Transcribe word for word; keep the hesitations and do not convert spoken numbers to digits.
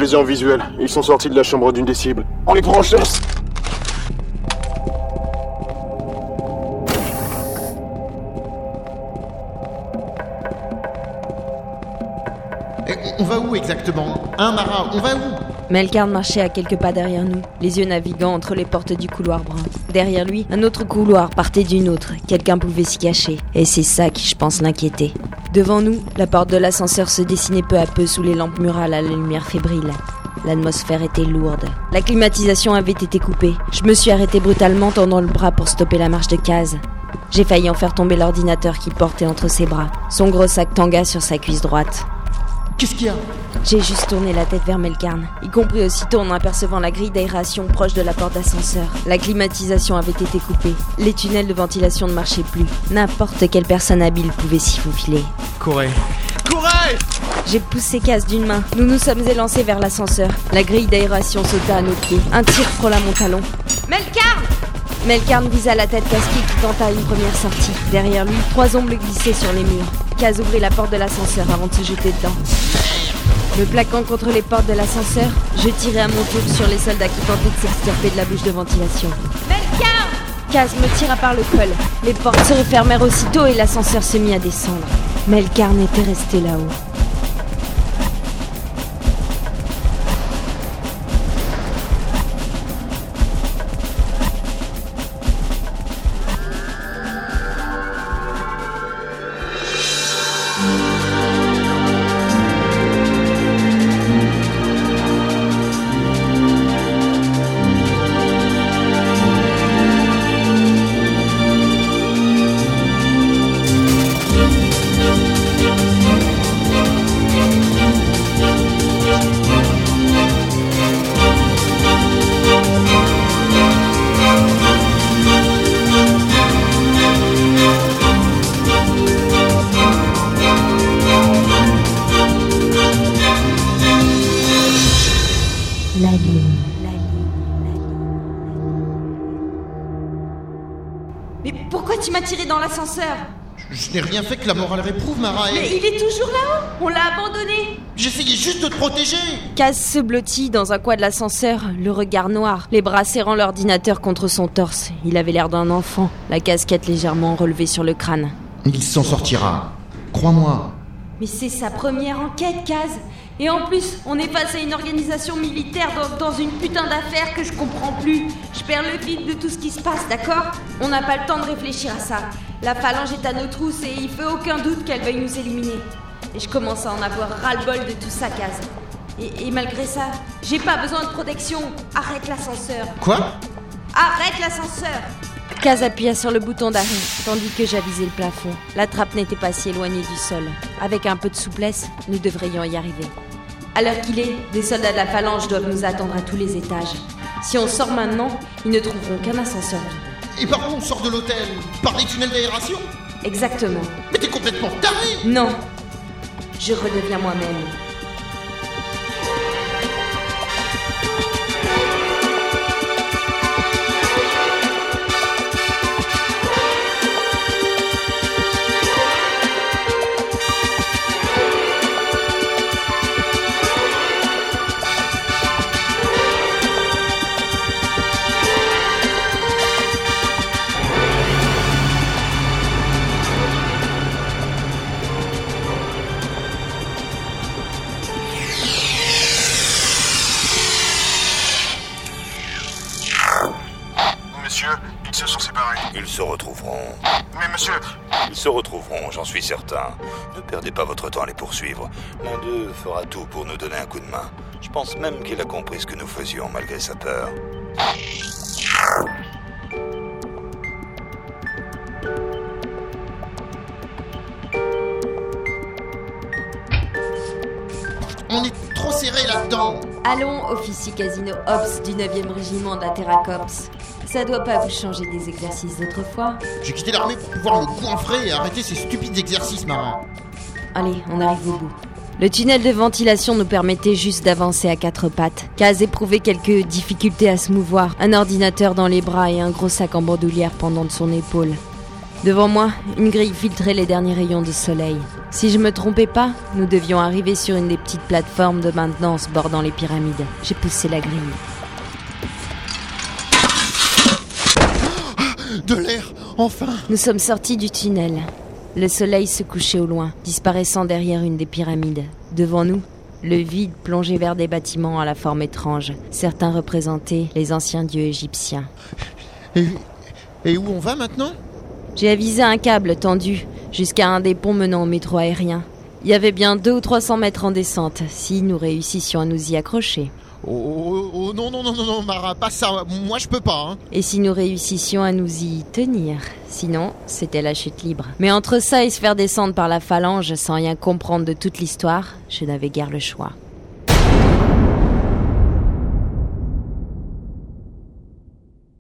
les ai en visuel. Ils sont sortis de la chambre d'une des cibles. On les prend en chasse. Et on va où exactement? Hein, Mara, on va où? Melkarn marchait à quelques pas derrière nous, les yeux naviguant entre les portes du couloir brun. Derrière lui, un autre couloir partait d'une autre. Quelqu'un pouvait s'y cacher. Et c'est ça qui, je pense, l'inquiétait. Devant nous, la porte de l'ascenseur se dessinait peu à peu sous les lampes murales à la lumière fébrile. L'atmosphère était lourde. La climatisation avait été coupée. Je me suis arrêtée brutalement, tendant le bras pour stopper la marche de Kaz. J'ai failli en faire tomber l'ordinateur qu'il portait entre ses bras, son gros sac tanga sur sa cuisse droite. Qu'est-ce qu'il y a? J'ai juste tourné la tête vers Melkarn, y compris aussitôt en apercevant la grille d'aération proche de la porte d'ascenseur. La climatisation avait été coupée. Les tunnels de ventilation ne marchaient plus. N'importe quelle personne habile pouvait s'y faufiler. Courez! Courez! J'ai poussé Kaz d'une main. Nous nous sommes élancés vers l'ascenseur. La grille d'aération sauta à nos pieds. Un tir frôla mon talon. Melkarn! Melkarn visa la tête casquée qui tenta une première sortie. Derrière lui, trois ombres glissaient sur les murs. Kaz ouvrit la porte de l'ascenseur avant de se jeter dedans. Me plaquant contre les portes de l'ascenseur, je tirai à mon tour sur les soldats qui tentaient de s'extirper de la bouche de ventilation. Melkarn! Kaz me tira par le col. Les portes se refermèrent aussitôt et l'ascenseur se mit à descendre. Melkarn était resté là-haut. Mais pourquoi tu m'as tiré dans l'ascenseur? Je, je n'ai rien fait que la morale réprouve, Mara. Et... Mais il est toujours là-haut. On l'a abandonné. J'essayais juste de te protéger. Kaz se blottit dans un coin de l'ascenseur, le regard noir, les bras serrant l'ordinateur contre son torse. Il avait l'air d'un enfant, la casquette légèrement relevée sur le crâne. Il s'en sortira. Crois-moi. Mais c'est sa première enquête, Kaz. Et en plus, on est face à une organisation militaire dans, dans une putain d'affaire que je comprends plus. Je perds le fil de tout ce qui se passe, d'accord? On n'a pas le temps de réfléchir à ça. La phalange est à nos trousses et il fait aucun doute qu'elle veuille nous éliminer. Et je commence à en avoir ras-le-bol de tout ça, Kaz. Et, et malgré ça, j'ai pas besoin de protection. Arrête l'ascenseur. Quoi? Arrête l'ascenseur! Kaz appuya sur le bouton d'arrêt, tandis que j'avisais le plafond. La trappe n'était pas si éloignée du sol. Avec un peu de souplesse, nous devrions y arriver. À l'heure qu'il est, des soldats de la phalange doivent nous attendre à tous les étages. Si on sort maintenant, ils ne trouveront qu'un ascenseur vide. Et par où on sort de l'hôtel? Par les tunnels d'aération? Exactement. Mais t'es complètement taré! Non. Je redeviens moi-même. Ils se sont séparés. Ils se retrouveront. Mais monsieur... Ils se retrouveront, j'en suis certain. Ne perdez pas votre temps à les poursuivre. L'un d'eux fera tout pour nous donner un coup de main. Je pense même qu'il a compris ce que nous faisions malgré sa peur. On est trop serré là-dedans. Allons, officier Casino Ops du neuvième régiment de la Terra Corps. Ça doit pas vous changer des exercices d'autrefois. J'ai quitté l'armée pour pouvoir me goinfrer et arrêter ces stupides exercices, Mara. Allez, on arrive au bout. Le tunnel de ventilation nous permettait juste d'avancer à quatre pattes. Kaz éprouvait quelques difficultés à se mouvoir, un ordinateur dans les bras et un gros sac en bandoulière pendant de son épaule. Devant moi, une grille filtrait les derniers rayons de soleil. Si je me trompais pas, nous devions arriver sur une des petites plateformes de maintenance bordant les pyramides. J'ai poussé la grille. De l'air, enfin! Nous sommes sortis du tunnel. Le soleil se couchait au loin, disparaissant derrière une des pyramides. Devant nous, le vide plongeait vers des bâtiments à la forme étrange. Certains représentaient les anciens dieux égyptiens. Et, et où on va maintenant? J'ai avisé un câble tendu jusqu'à un des ponts menant au métro aérien. Il y avait bien deux ou trois cents mètres en descente, si nous réussissions à nous y accrocher. Oh, oh, oh non, non, non, non, non, Mara, pas ça, moi je peux pas, hein. Et si nous réussissions à nous y tenir. Sinon, c'était la chute libre. Mais entre ça et se faire descendre par la phalange sans rien comprendre de toute l'histoire, je n'avais guère le choix.